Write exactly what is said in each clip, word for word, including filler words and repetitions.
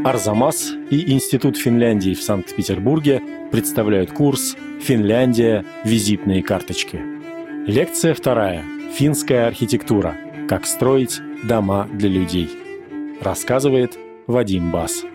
Арзамас и Институт Финляндии в Санкт-Петербурге представляют курс «Финляндия. Визитные карточки». Лекция вторая. Финская архитектура. Как строить дома для людей. Рассказывает Вадим Бас.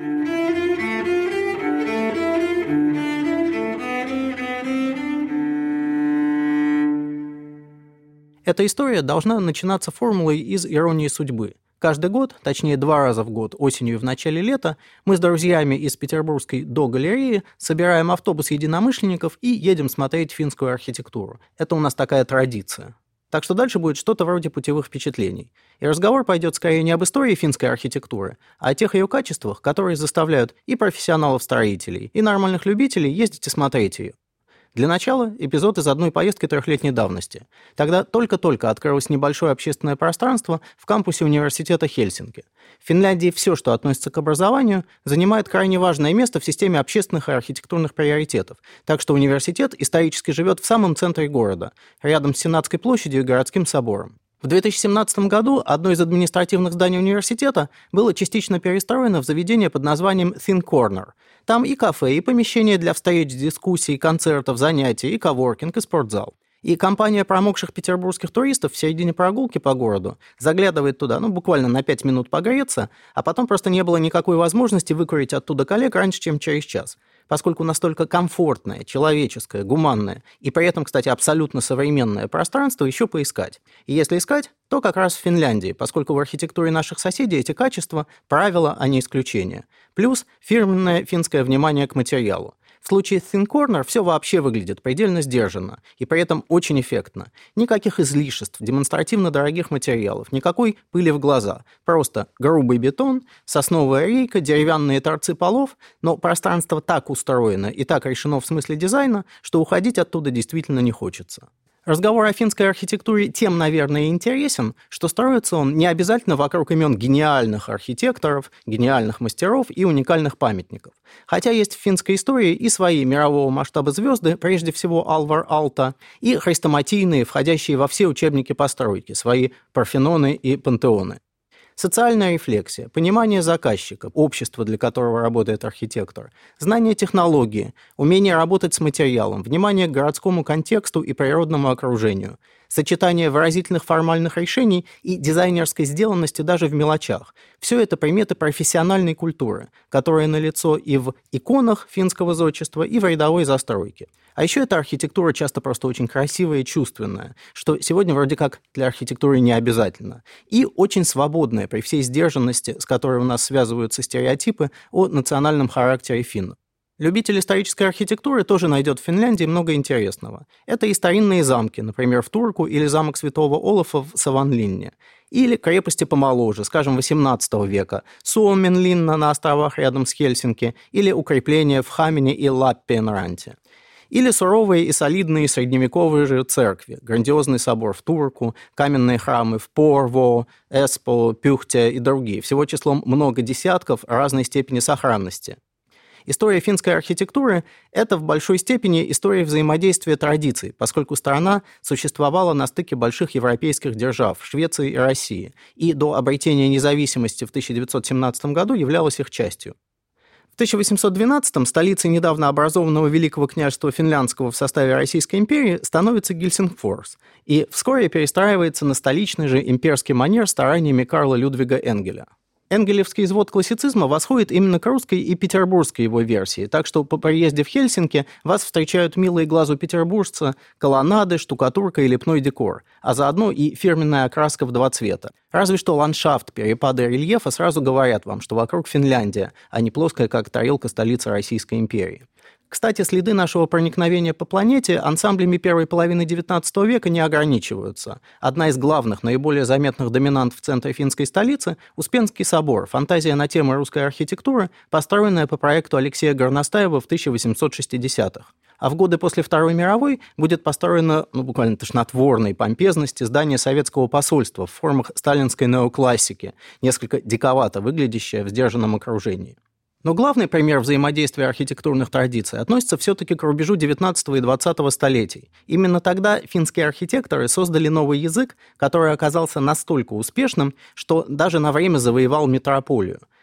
Эта история должна начинаться формулой из «Иронии судьбы». Каждый год, точнее два раза в год, осенью и в начале лета, мы с друзьями из Петербургской до-галереи собираем автобус единомышленников и едем смотреть финскую архитектуру. Это у нас такая традиция. Так что дальше будет что-то вроде путевых впечатлений. И разговор пойдет скорее не об истории финской архитектуры, а о тех ее качествах, которые заставляют и профессионалов-строителей, и нормальных любителей ездить и смотреть ее. Для начала эпизод из одной поездки трехлетней давности. Тогда только-только открылось небольшое общественное пространство в кампусе университета Хельсинки. В Финляндии все, что относится к образованию, занимает крайне важное место в системе общественных и архитектурных приоритетов, так что университет исторически живет в самом центре города, рядом с Сенатской площадью и городским собором. В две тысячи семнадцатом году одно из административных зданий университета было частично перестроено в заведение под названием Thin Corner. Там и кафе, и помещения для встреч, дискуссий, концертов, занятий, и коворкинг, и спортзал. И компания промокших петербургских туристов в середине прогулки по городу заглядывает туда, ну, буквально на пять минут погреться, а потом просто не было никакой возможности выкурить оттуда коллег раньше, чем через час. Поскольку настолько комфортное, человеческое, гуманное и при этом, кстати, абсолютно современное пространство еще поискать. И если искать, то как раз в Финляндии, поскольку в архитектуре наших соседей эти качества – правило, а не исключение. Плюс фирменное финское внимание к материалу. В случае Thin Corner все вообще выглядит предельно сдержанно и при этом очень эффектно. Никаких излишеств, демонстративно дорогих материалов, никакой пыли в глаза. Просто грубый бетон, сосновая рейка, деревянные торцы полов, но пространство так устроено и так решено в смысле дизайна, что уходить оттуда действительно не хочется. Разговор о финской архитектуре тем, наверное, и интересен, что строится он не обязательно вокруг имен гениальных архитекторов, гениальных мастеров и уникальных памятников. Хотя есть в финской истории и свои мирового масштаба звезды, прежде всего Алвар Алта, и хрестоматийные, входящие во все учебники постройки, свои Парфеноны и Пантеоны. Социальная рефлексия, понимание заказчика, общества, для которого работает архитектор, знание технологии, умение работать с материалом, внимание к городскому контексту и природному окружению, сочетание выразительных формальных решений и дизайнерской сделанности даже в мелочах. Все это приметы профессиональной культуры, которая налицо и в иконах финского зодчества, и в рядовой застройке. А еще эта архитектура часто просто очень красивая и чувственная, что сегодня вроде как для архитектуры не обязательно. И очень свободная при всей сдержанности, с которой у нас связываются стереотипы о национальном характере финнов. Любитель исторической архитектуры тоже найдет в Финляндии много интересного. Это и старинные замки, например, в Турку, или замок Святого Олафа в Савонлинне, или крепости помоложе, скажем, восемнадцатого века, Суоменлинна на островах рядом с Хельсинки, или укрепления в Хамине и Лаппенранте. Или суровые и солидные средневековые же церкви, грандиозный собор в Турку, каменные храмы в Порво, Эспо, Пюхте и другие, всего числом много десятков разной степени сохранности. История финской архитектуры – это в большой степени история взаимодействия традиций, поскольку страна существовала на стыке больших европейских держав – Швеции и России, и до обретения независимости в тысяча девятьсот семнадцатом году являлась их частью. В тысяча восемьсот двенадцатом столицей недавно образованного Великого княжества Финляндского в составе Российской империи становится Гельсингфорс и вскоре перестраивается на столичный же имперский манер стараниями Карла Людвига Энгеля. Энгелевский извод классицизма восходит именно к русской и петербургской его версии, так что по приезде в Хельсинки вас встречают милые глазу петербуржца колоннады, штукатурка и лепной декор, а заодно и фирменная окраска в два цвета. Разве что ландшафт, перепады рельефа сразу говорят вам, что вокруг Финляндия, а не плоская, как тарелка, столица Российской империи. Кстати, следы нашего проникновения по планете ансамблями первой половины девятнадцатого века не ограничиваются. Одна из главных, наиболее заметных доминант в центре финской столицы – Успенский собор, фантазия на тему русской архитектуры, построенная по проекту Алексея Горностаева в тысяча восемьсот шестидесятых. А в годы после Второй мировой будет построено, ну, буквально тошнотворной помпезности здание советского посольства в формах сталинской неоклассики, несколько диковато выглядящее в сдержанном окружении. Но главный пример взаимодействия архитектурных традиций относится все-таки к рубежу девятнадцатого и двадцатого столетий. Именно тогда финские архитекторы создали новый язык, который оказался настолько успешным, что даже на время завоевал метрополию.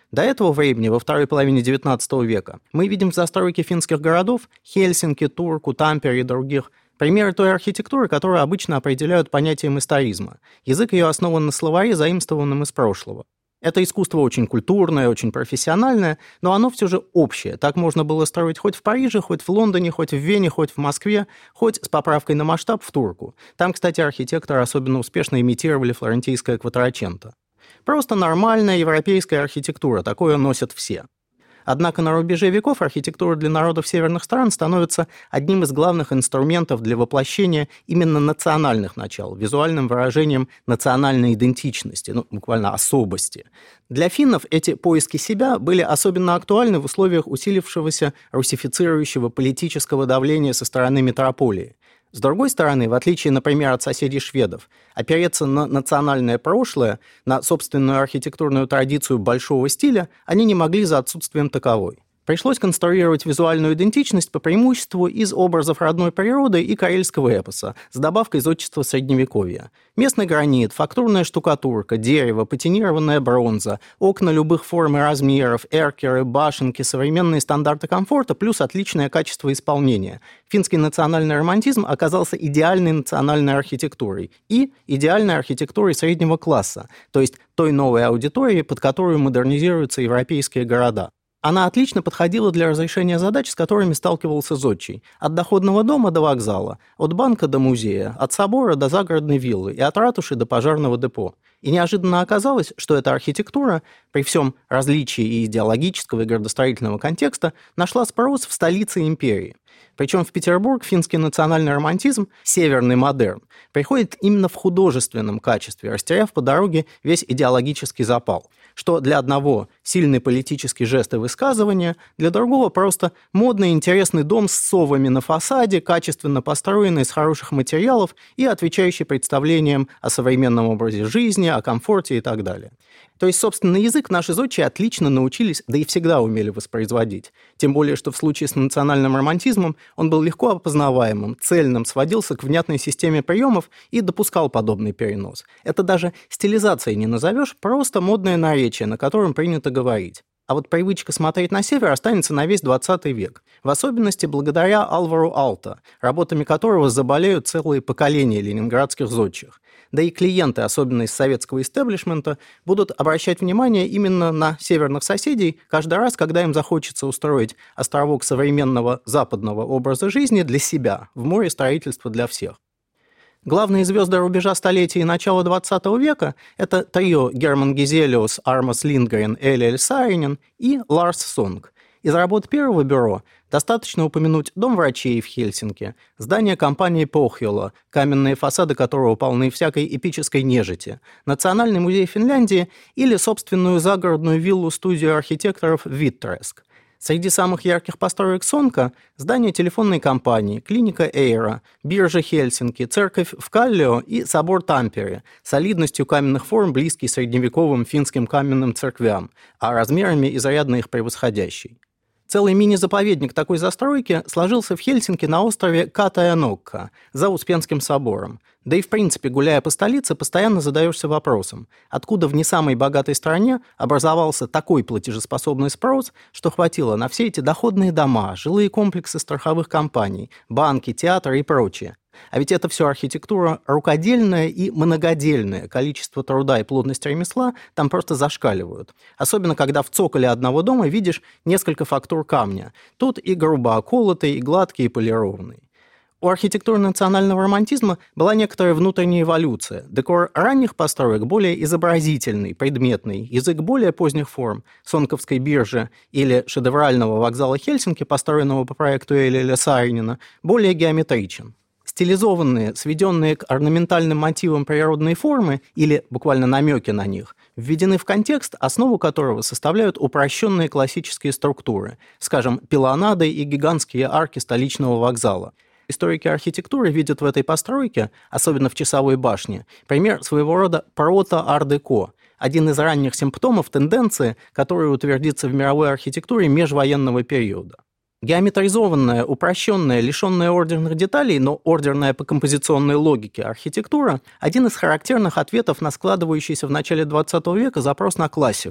До этого времени, во второй половине девятнадцатого века, мы видим в застройке финских городов Хельсинки, Турку, Тампере и других примеры той архитектуры, которую обычно определяют понятием историзма. Язык ее основан на словаре, заимствованном из прошлого. Это искусство очень культурное, очень профессиональное, но оно все же общее. Так можно было строить хоть в Париже, хоть в Лондоне, хоть в Вене, хоть в Москве, хоть с поправкой на масштаб в Турку. Там, кстати, архитекторы особенно успешно имитировали флорентийское квадраченто. Просто нормальная европейская архитектура, такое носят все. Однако на рубеже веков архитектура для народов северных стран становится одним из главных инструментов для воплощения именно национальных начал, визуальным выражением национальной идентичности, ну, буквально особости. Для финнов эти поиски себя были особенно актуальны в условиях усилившегося русифицирующего политического давления со стороны метрополии. С другой стороны, в отличие, например, от соседей шведов, опереться на национальное прошлое, на собственную архитектурную традицию большого стиля они не могли за отсутствием таковой. Пришлось конструировать визуальную идентичность по преимуществу из образов родной природы и карельского эпоса, с добавкой зодчества Средневековья. Местный гранит, фактурная штукатурка, дерево, патинированная бронза, окна любых форм и размеров, эркеры, башенки, современные стандарты комфорта плюс отличное качество исполнения. Финский национальный романтизм оказался идеальной национальной архитектурой и идеальной архитектурой среднего класса, то есть той новой аудитории, под которую модернизируются европейские города. Она отлично подходила для разрешения задач, с которыми сталкивался зодчий. От доходного дома до вокзала, от банка до музея, от собора до загородной виллы и от ратуши до пожарного депо. И неожиданно оказалось, что эта архитектура, при всем различии и идеологического, и градостроительного контекста, нашла спрос в столице империи. Причем в Петербург финский национальный романтизм, северный модерн, приходит именно в художественном качестве, растеряв по дороге весь идеологический запал, что для одного сильный политический жест и высказывание, для другого просто модный интересный дом с совами на фасаде, качественно построенный из хороших материалов и отвечающий представлениям о современном образе жизни, о комфорте и так далее. То есть, собственно, язык наши зодчие отлично научились, да и всегда умели воспроизводить. Тем более, что в случае с национальным романтизмом он был легко опознаваемым, цельным, сводился к внятной системе приемов и допускал подобный перенос. Это даже стилизацией не назовешь, просто модное наречие, на котором принято говорить. А вот привычка смотреть на север останется на весь двадцатый век, в особенности благодаря Алвару Алто, работами которого заболеют целые поколения ленинградских зодчих. Да и клиенты, особенно из советского истеблишмента, будут обращать внимание именно на северных соседей каждый раз, когда им захочется устроить островок современного западного образа жизни для себя, в море строительства для всех. Главные звезды рубежа столетия и начала двадцатого века – это трио Герман Гизелиус, Армас Линдгрен, Элиэль Сааринен и Ларс Сонг. Из работ первого бюро достаточно упомянуть дом врачей в Хельсинки, здание компании Pohjola, каменные фасады которого полны всякой эпической нежити, Национальный музей Финляндии или собственную загородную виллу-студию архитекторов Виттреск. Среди самых ярких построек Сонка – здание телефонной компании, клиника Эйра, биржа Хельсинки, церковь в Каллио и собор Тампере, солидностью каменных форм, близкий средневековым финским каменным церквям, а размерами изрядно их превосходящий. Целый мини-заповедник такой застройки сложился в Хельсинки на острове Катаянокка за Успенским собором. Да и в принципе, гуляя по столице, постоянно задаешься вопросом, откуда в не самой богатой стране образовался такой платежеспособный спрос, что хватило на все эти доходные дома, жилые комплексы страховых компаний, банки, театры и прочее. А ведь это все архитектура рукодельная и многодельная, количество труда и плотность ремесла там просто зашкаливают. Особенно, когда в цоколе одного дома видишь несколько фактур камня. Тут и грубо околотый, и гладкий, и полированный. У архитектуры национального романтизма была некоторая внутренняя эволюция. Декор ранних построек более изобразительный, предметный, язык более поздних форм, Сонковской биржи или шедеврального вокзала Хельсинки, построенного по проекту Элиэля Сааринена, более геометричен. Стилизованные, сведенные к орнаментальным мотивам природные формы, или буквально намеки на них, введены в контекст, основу которого составляют упрощенные классические структуры, скажем, пилонады и гигантские арки столичного вокзала. Историки архитектуры видят в этой постройке, особенно в часовой башне, пример своего рода прото-ар-деко, один из ранних симптомов тенденции, которая утвердится в мировой архитектуре межвоенного периода. Геометризованная, упрощенная, лишенная ордерных деталей, но ордерная по композиционной логике архитектура – один из характерных ответов на складывающийся в начале двадцатого века запрос на классику.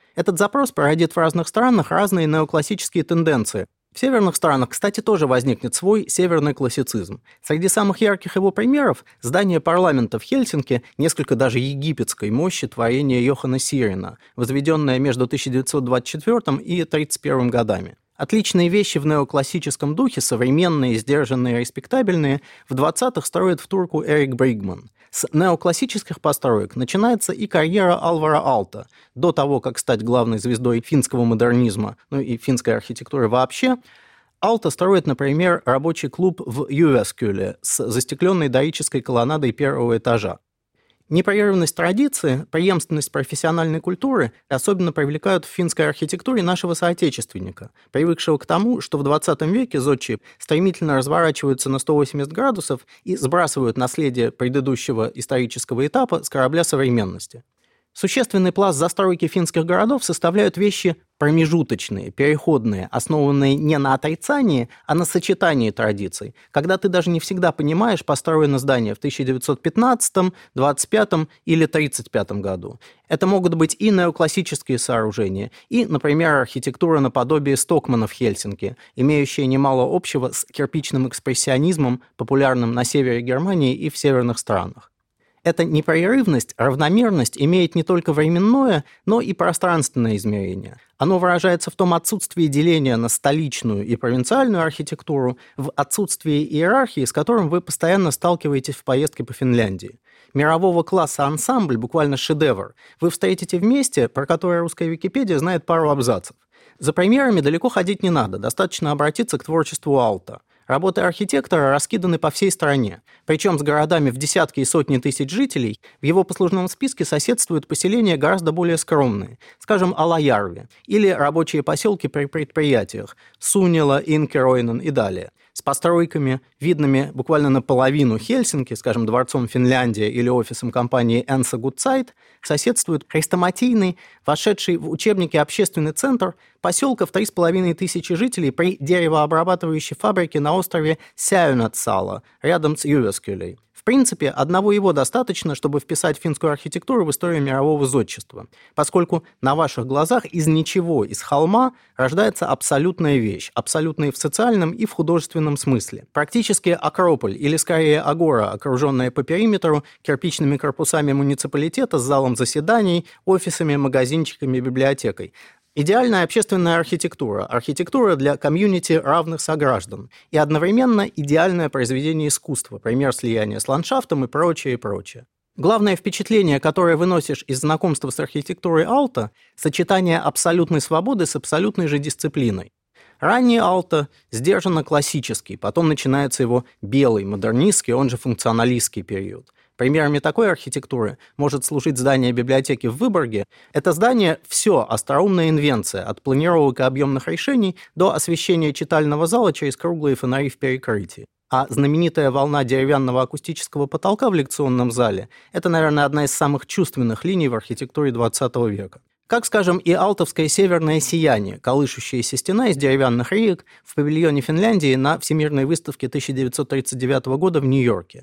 Этот запрос породит в разных странах разные неоклассические тенденции. В северных странах, кстати, тоже возникнет свой северный классицизм. Среди самых ярких его примеров – здание парламента в Хельсинки несколько даже египетской мощи творения Йоханна Сирина, возведенное между тысяча девятьсот двадцать четвёртым и тысяча девятьсот тридцать первым годами. Отличные вещи в неоклассическом духе, современные, сдержанные, респектабельные, в двадцатых строит в турку Эрик Бригман. С неоклассических построек начинается и карьера Алвара Алта. До того, как стать главной звездой финского модернизма, ну и финской архитектуры вообще, Алта строит, например, рабочий клуб в Ювескюле с застекленной дорической колоннадой первого этажа. Непрерывность традиции, преемственность профессиональной культуры особенно привлекают в финской архитектуре нашего соотечественника, привыкшего к тому, что в двадцатом веке зодчие стремительно разворачиваются на сто восемьдесят градусов и сбрасывают наследие предыдущего исторического этапа с корабля современности. Существенный пласт застройки финских городов составляют вещи промежуточные, переходные, основанные не на отрицании, а на сочетании традиций, когда ты даже не всегда понимаешь, построено здание в тысяча девятьсот пятнадцатом, двадцать пятом или тридцать пятом году. Это могут быть и неоклассические сооружения, и, например, архитектура наподобие Стокмана в Хельсинки, имеющая немало общего с кирпичным экспрессионизмом, популярным на севере Германии и в северных странах. Эта непрерывность, равномерность имеет не только временное, но и пространственное измерение. Оно выражается в том отсутствии деления на столичную и провинциальную архитектуру, в отсутствии иерархии, с которым вы постоянно сталкиваетесь в поездке по Финляндии. Мирового класса ансамбль, буквально шедевр, вы встретите в месте, про которое русская Википедия знает пару абзацев. За примерами далеко ходить не надо, достаточно обратиться к творчеству Алта. Работы архитектора раскиданы по всей стране, причем с городами в десятки и сотни тысяч жителей в его послужном списке соседствуют поселения гораздо более скромные, скажем, Алаярви, или рабочие поселки при предприятиях Сунила, Инкеройнен и далее, с постройками, видными буквально наполовину Хельсинки, скажем, дворцом Финляндия или офисом компании Ensa Gudsight, соседствует хрестоматийный, вошедший в учебники общественный центр поселка в три с половиной тысячи жителей при деревообрабатывающей фабрике на острове Сяюнатсала, рядом с Ювескюлей. В принципе, одного его достаточно, чтобы вписать финскую архитектуру в историю мирового зодчества, поскольку на ваших глазах из ничего, из холма, рождается абсолютная вещь, абсолютная в социальном и в художественном смысле. Практически Акрополь, или скорее Агора, окруженная по периметру кирпичными корпусами муниципалитета с залом заседаний, офисами, магазинчиками, библиотекой. Идеальная общественная архитектура, архитектура для комьюнити равных сограждан и одновременно идеальное произведение искусства, пример слияния с ландшафтом и прочее, и прочее. Главное впечатление, которое выносишь из знакомства с архитектурой Алта – сочетание абсолютной свободы с абсолютной же дисциплиной. Ранний Алта сдержанно классический, потом начинается его белый, модернистский, он же функционалистский период. Примерами такой архитектуры может служить здание библиотеки в Выборге. Это здание – все остроумная инвенция, от планировок и объемных решений до освещения читального зала через круглые фонари в перекрытии. А знаменитая волна деревянного акустического потолка в лекционном зале – это, наверное, одна из самых чувственных линий в архитектуре двадцатого века. Как, скажем, и алтовское северное сияние, колышущаяся стена из деревянных реек в павильоне Финляндии на Всемирной выставке тысяча девятьсот тридцать девятого года в Нью-Йорке.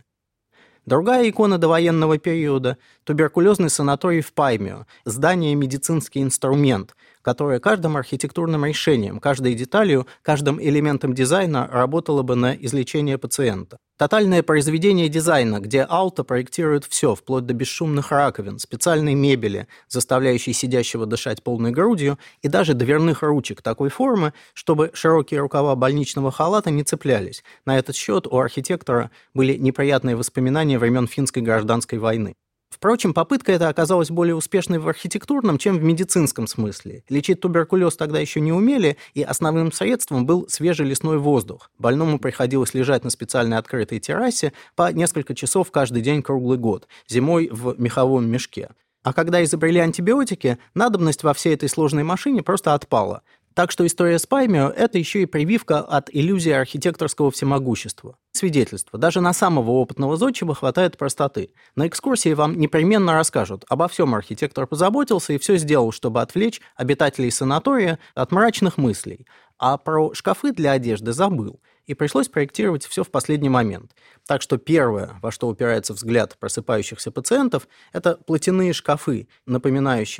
Другая икона довоенного периода – туберкулезный санаторий в Паймио, здание «Медицинский инструмент», которое каждым архитектурным решением, каждой деталью, каждым элементом дизайна работало бы на излечение пациента. Тотальное произведение дизайна, где Алта проектирует все, вплоть до бесшумных раковин, специальной мебели, заставляющей сидящего дышать полной грудью, и даже дверных ручек такой формы, чтобы широкие рукава больничного халата не цеплялись. На этот счет у архитектора были неприятные воспоминания времен финской гражданской войны. Впрочем, попытка эта оказалась более успешной в архитектурном, чем в медицинском смысле. Лечить туберкулез тогда еще не умели, и основным средством был свежий лесной воздух. Больному приходилось лежать на специальной открытой террасе по несколько часов каждый день круглый год, зимой в меховом мешке. А когда изобрели антибиотики, надобность во всей этой сложной машине просто отпала. Так что история с Паймио – это еще и прививка от иллюзии архитекторского всемогущества. Свидетельство. Даже на самого опытного зодчего хватает простоты. На экскурсии вам непременно расскажут. Обо всем архитектор позаботился и все сделал, чтобы отвлечь обитателей санатория от мрачных мыслей. А про шкафы для одежды забыл. И пришлось проектировать все в последний момент. Так что первое, во что упирается взгляд просыпающихся пациентов, это платяные шкафы, напоминающие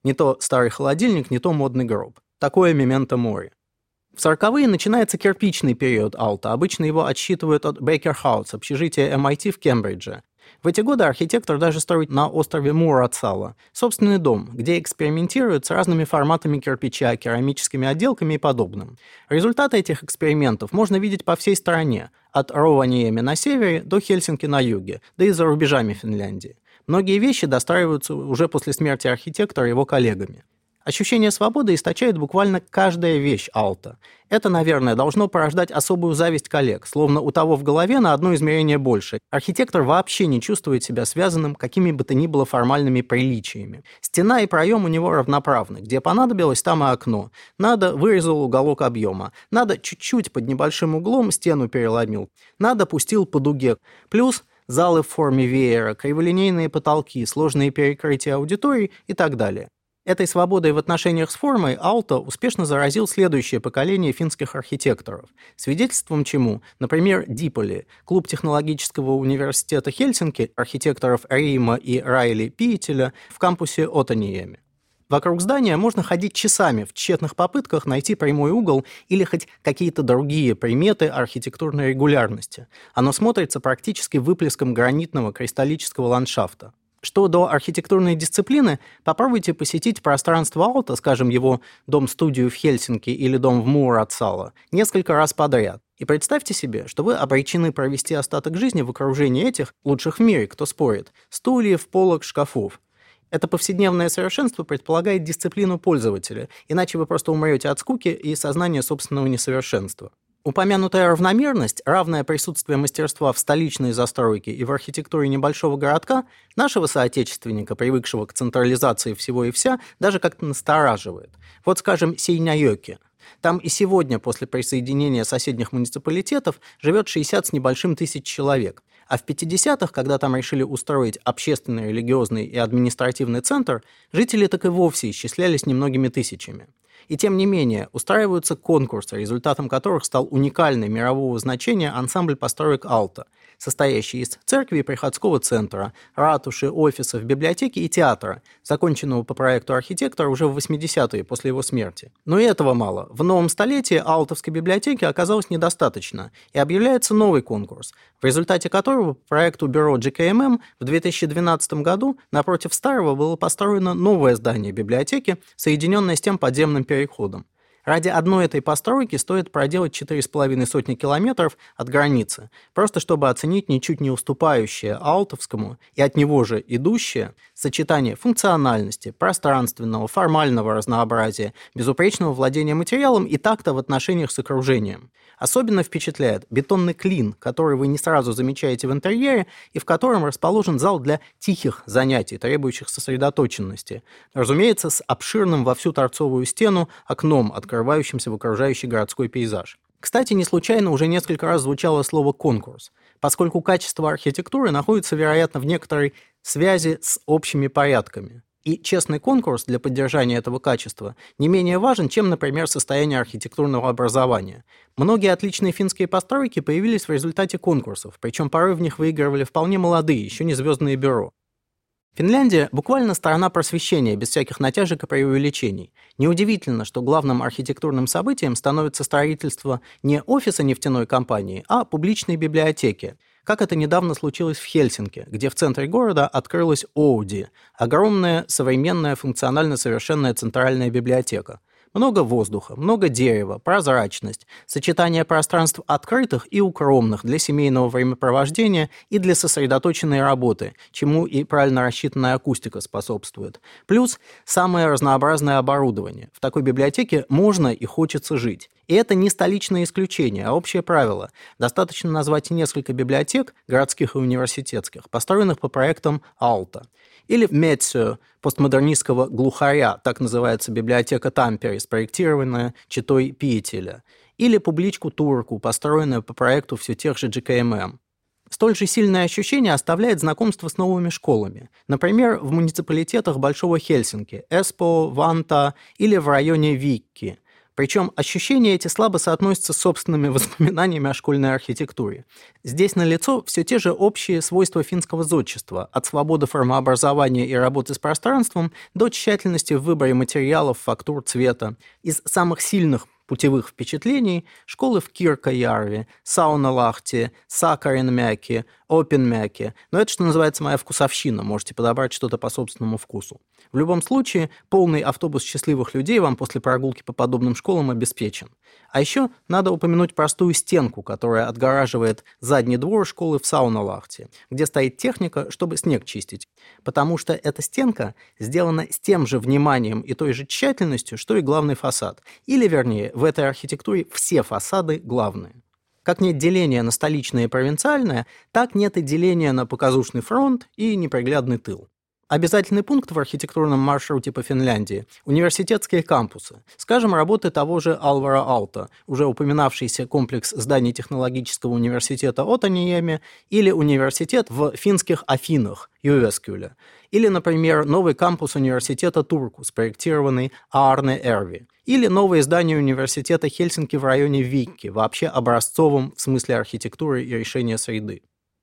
Не то старый холодильник, не то модный гроб. Такое мементо море. В сороковые начинается кирпичный период Алта. Обычно его отсчитывают от Бейкер Хаус, общежития эм ай ти в Кембридже. В эти годы архитектор даже строит на острове Мур-Ацала собственный дом, где экспериментирует с разными форматами кирпича, керамическими отделками и подобным. Результаты этих экспериментов можно видеть по всей стране, от Рованиеми на севере до Хельсинки на юге, да и за рубежами Финляндии. Многие вещи достраиваются уже после смерти архитектора его коллегами. Ощущение свободы источает буквально каждая вещь Алта. Это, наверное, должно порождать особую зависть коллег, словно у того в голове на одно измерение больше. Архитектор вообще не чувствует себя связанным какими бы то ни было формальными приличиями. Стена и проем у него равноправны. Где понадобилось, там и окно. Надо, вырезал уголок объема. Надо, чуть-чуть под небольшим углом стену переломил. Надо, пустил по дуге. Плюс залы в форме веера, криволинейные потолки, сложные перекрытия аудиторий и так далее. Этой свободой в отношениях с формой Алто успешно заразил следующее поколение финских архитекторов, свидетельством чему, например, Диполи, клуб технологического университета Хельсинки, архитекторов Рима и Райли Пиетеля в кампусе Отаниеми. Вокруг здания можно ходить часами в тщетных попытках найти прямой угол или хоть какие-то другие приметы архитектурной регулярности. Оно смотрится практически выплеском гранитного кристаллического ландшафта. Что до архитектурной дисциплины, попробуйте посетить пространство Алта, скажем, его дом-студию в Хельсинки или дом в Мур-Ацала, несколько раз подряд. И представьте себе, что вы обречены провести остаток жизни в окружении этих, лучших в мире, кто спорит, стульев, полок, шкафов. Это повседневное совершенство предполагает дисциплину пользователя, иначе вы просто умрете от скуки и сознания собственного несовершенства. Упомянутая равномерность, равное присутствие мастерства в столичной застройке и в архитектуре небольшого городка нашего соотечественника, привыкшего к централизации всего и вся, даже как-то настораживает. Вот, скажем, Сейняйоки. Там и сегодня, после присоединения соседних муниципалитетов, живет шестьдесят с небольшим тысяч человек. А в пятидесятых, когда там решили устроить общественный, религиозный и административный центр, жители так и вовсе исчислялись немногими тысячами. И тем не менее, устраиваются конкурсы, результатом которых стал уникальный мирового значения ансамбль построек Алта, состоящий из церкви и приходского центра, ратуши, офисов, библиотеки и театра, законченного по проекту архитектора уже в восьмидесятые после его смерти. Но и этого мало. В новом столетии Алтовской библиотеки оказалось недостаточно, и объявляется новый конкурс, в результате которого по проекту бюро джи кей эм эм в две тысячи двенадцатом году напротив старого было построено новое здание библиотеки, соединенное с тем подземным переходом. Ради одной этой постройки стоит проделать четыре с половиной сотни километров от границы, просто чтобы оценить ничуть не уступающее Алтовскому и от него же идущее сочетание функциональности, пространственного, формального разнообразия, безупречного владения материалом и такта в отношениях с окружением. Особенно впечатляет бетонный клин, который вы не сразу замечаете в интерьере и в котором расположен зал для тихих занятий, требующих сосредоточенности. Разумеется, с обширным во всю торцовую стену окном, открывающимся в окружающий городской пейзаж. Кстати, не случайно уже несколько раз звучало слово «конкурс», поскольку качество архитектуры находится, вероятно, в некоторой связи с общими порядками. И честный конкурс для поддержания этого качества не менее важен, чем, например, состояние архитектурного образования. Многие отличные финские постройки появились в результате конкурсов, причем порой в них выигрывали вполне молодые, еще не звездные бюро. Финляндия буквально страна просвещения, без всяких натяжек и преувеличений. Неудивительно, что главным архитектурным событием становится строительство не офиса нефтяной компании, а публичной библиотеки. Как это недавно случилось в Хельсинки, где в центре города открылась Оуди, огромная, современная, функционально совершенная центральная библиотека. Много воздуха, много дерева, прозрачность, сочетание пространств открытых и укромных для семейного времяпровождения и для сосредоточенной работы, чему и правильно рассчитанная акустика способствует. Плюс самое разнообразное оборудование. В такой библиотеке можно и хочется жить. И это не столичное исключение, а общее правило. Достаточно назвать несколько библиотек, городских и университетских, построенных по проектам Алта. Или в Метсио, постмодернистского глухаря, так называется библиотека Тампере, спроектированная читой Пиетеля. Или публичку Турку, построенную по проекту все тех же джи кей эм эм. Столь же сильное ощущение оставляет знакомство с новыми школами. Например, в муниципалитетах Большого Хельсинки, Эспо, Ванта или в районе Викки. Причем ощущения эти слабо соотносятся с собственными воспоминаниями о школьной архитектуре. Здесь налицо все те же общие свойства финского зодчества, от свободы формообразования и работы с пространством до тщательности в выборе материалов, фактур, цвета. Из самых сильных путевых впечатлений школы в Киркоярве, Саунalahti, Сакаринмяки, Опенмяки. Но это, что называется, моя вкусовщина. Можете подобрать что-то по собственному вкусу. В любом случае, полный автобус счастливых людей вам после прогулки по подобным школам обеспечен. А еще надо упомянуть простую стенку, которая отгораживает задний двор школы в Саунalahti, где стоит техника, чтобы снег чистить. Потому что эта стенка сделана с тем же вниманием и той же тщательностью, что и главный фасад. Или, вернее, в этой архитектуре все фасады главные. Как нет деления на столичное и провинциальное, так нет и деления на показушный фронт и неприглядный тыл. Обязательный пункт в архитектурном маршруте по Финляндии – университетские кампусы. Скажем, работы того же Алвара Aalto, уже упоминавшийся комплекс зданий технологического университета Otaniemi или университет в финских Афинах, Jyväskylä, или, например, новый кампус университета Турку, спроектированный Аарне Эрви, или новые здания университета Хельсинки в районе Викки, вообще образцовым в смысле архитектуры и решения среды.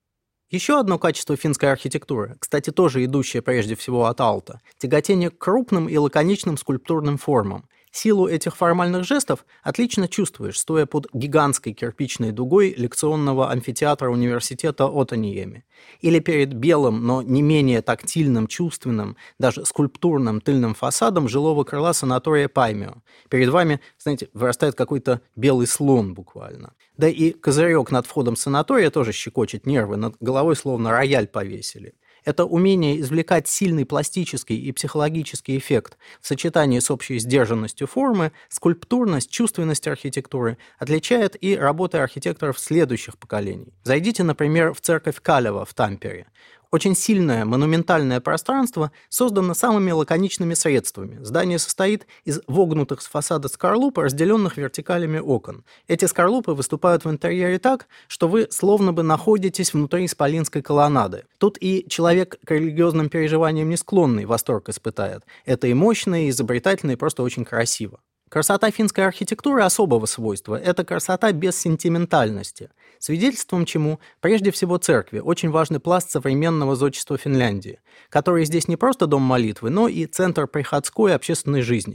Еще одно качество финской архитектуры, кстати, тоже идущее прежде всего от Aalto, тяготение к крупным и лаконичным скульптурным формам. Силу этих формальных жестов отлично чувствуешь, стоя под гигантской кирпичной дугой лекционного амфитеатра университета Otaniemi, или перед белым, но не менее тактильным, чувственным, даже скульптурным тыльным фасадом жилого крыла санатория Паймио. Перед вами, знаете, вырастает какой-то белый слон буквально. Да и козырек над входом санатория тоже щекочет нервы, над головой словно рояль повесили. Это умение извлекать сильный пластический и психологический эффект в сочетании с общей сдержанностью формы, скульптурность, чувственность архитектуры отличает и работы архитекторов следующих поколений. Зайдите, например, в церковь Калева в Тампере. Очень сильное монументальное пространство создано самыми лаконичными средствами. Здание состоит из вогнутых с фасада скорлуп, разделенных вертикалями окон. Эти скорлупы выступают в интерьере так, что вы словно бы находитесь внутри исполинской колоннады. Тут и человек к религиозным переживаниям не склонный восторг испытает. Это и мощно, и изобретательно, и просто очень красиво. Красота финской архитектуры особого свойства – это красота без сентиментальности, свидетельством чему прежде всего церкви, очень важный пласт современного зодчества Финляндии, который здесь не просто дом молитвы, но и центр приходской общественной жизни.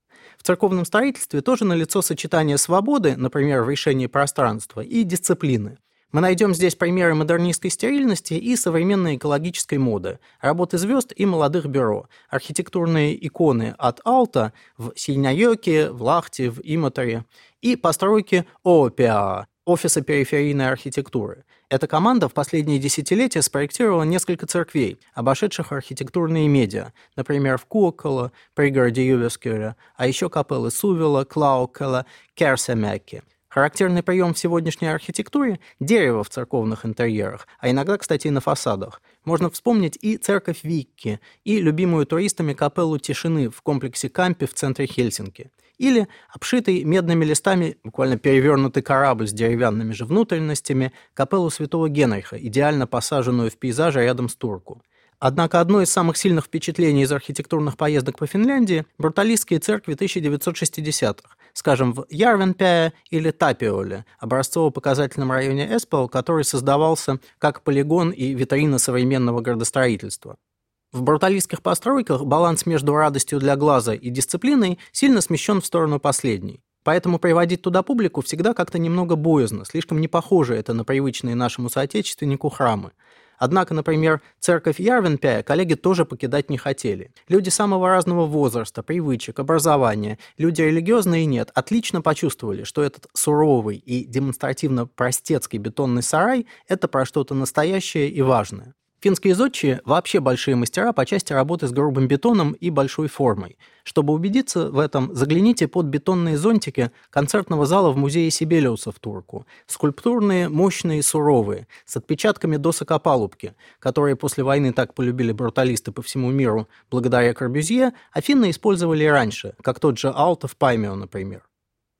В церковном строительстве тоже налицо сочетание свободы, например, в решении пространства, и дисциплины. Мы найдем здесь примеры модернистской стерильности и современной экологической моды, работы звезд и молодых бюро, архитектурные иконы от Aalto в Синьяйоке, в Лахте, в Иматаре и постройки ООПА, Офиса периферийной архитектуры. Эта команда в последние десятилетия спроектировала несколько церквей, обошедших архитектурные медиа, например, в Куоккола, пригороде Jyväskylä, а еще капеллы Сувила, Клауккола, Керсемяки. Характерный прием в сегодняшней архитектуре – дерево в церковных интерьерах, а иногда, кстати, и на фасадах. Можно вспомнить и церковь Викки, и любимую туристами капеллу Тишины в комплексе Кампи в центре Хельсинки. Или обшитый медными листами, буквально перевернутый корабль с деревянными же внутренностями, капеллу Святого Генриха, идеально посаженную в пейзаже рядом с Турку. Однако одно из самых сильных впечатлений из архитектурных поездок по Финляндии – бруталистские церкви тысяча девятьсот шестидесятых, скажем, в Järvenpää или Tapiola, образцово-показательном районе Эспоу, который создавался как полигон и витрина современного градостроительства. В бруталистских постройках баланс между радостью для глаза и дисциплиной сильно смещен в сторону последней. Поэтому приводить туда публику всегда как-то немного боязно, слишком не похоже это на привычные нашему соотечественнику храмы. Однако, например, церковь Järvenpää коллеги тоже покидать не хотели. Люди самого разного возраста, привычек, образования, люди религиозные и нет, отлично почувствовали, что этот суровый и демонстративно простецкий бетонный сарай – это про что-то настоящее и важное. Финские зодчие вообще большие мастера по части работы с грубым бетоном и большой формой. Чтобы убедиться в этом, загляните под бетонные зонтики концертного зала в музее Сибелиуса в Турку. Скульптурные, мощные и суровые, с отпечатками досок опалубки, которые после войны так полюбили бруталисты по всему миру благодаря Корбюзье, а финны использовали и раньше, как тот же Aalto в Паймио, например.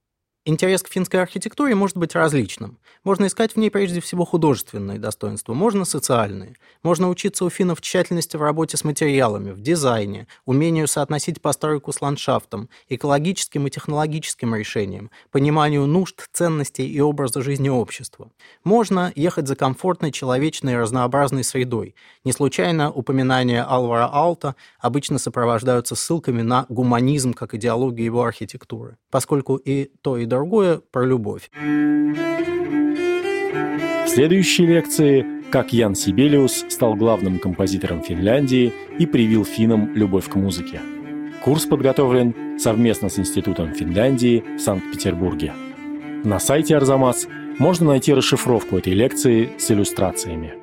Интерес к финской архитектуре может быть различным. Можно искать в ней прежде всего художественные достоинства, можно социальные. Можно учиться у финнов тщательности в работе с материалами, в дизайне, умению соотносить постройку с ландшафтом, экологическим и технологическим решениям, пониманию нужд, ценностей и образа жизни общества. Можно ехать за комфортной, человечной и разнообразной средой. Не случайно упоминания Алвара Алта обычно сопровождаются ссылками на гуманизм как идеологию его архитектуры, поскольку и то, и другое про любовь. В следующей лекции «Как Ян Сибелиус стал главным композитором Финляндии и привил финнам любовь к музыке». Курс подготовлен совместно с Институтом Финляндии в Санкт-Петербурге. На сайте Арзамас можно найти расшифровку этой лекции с иллюстрациями.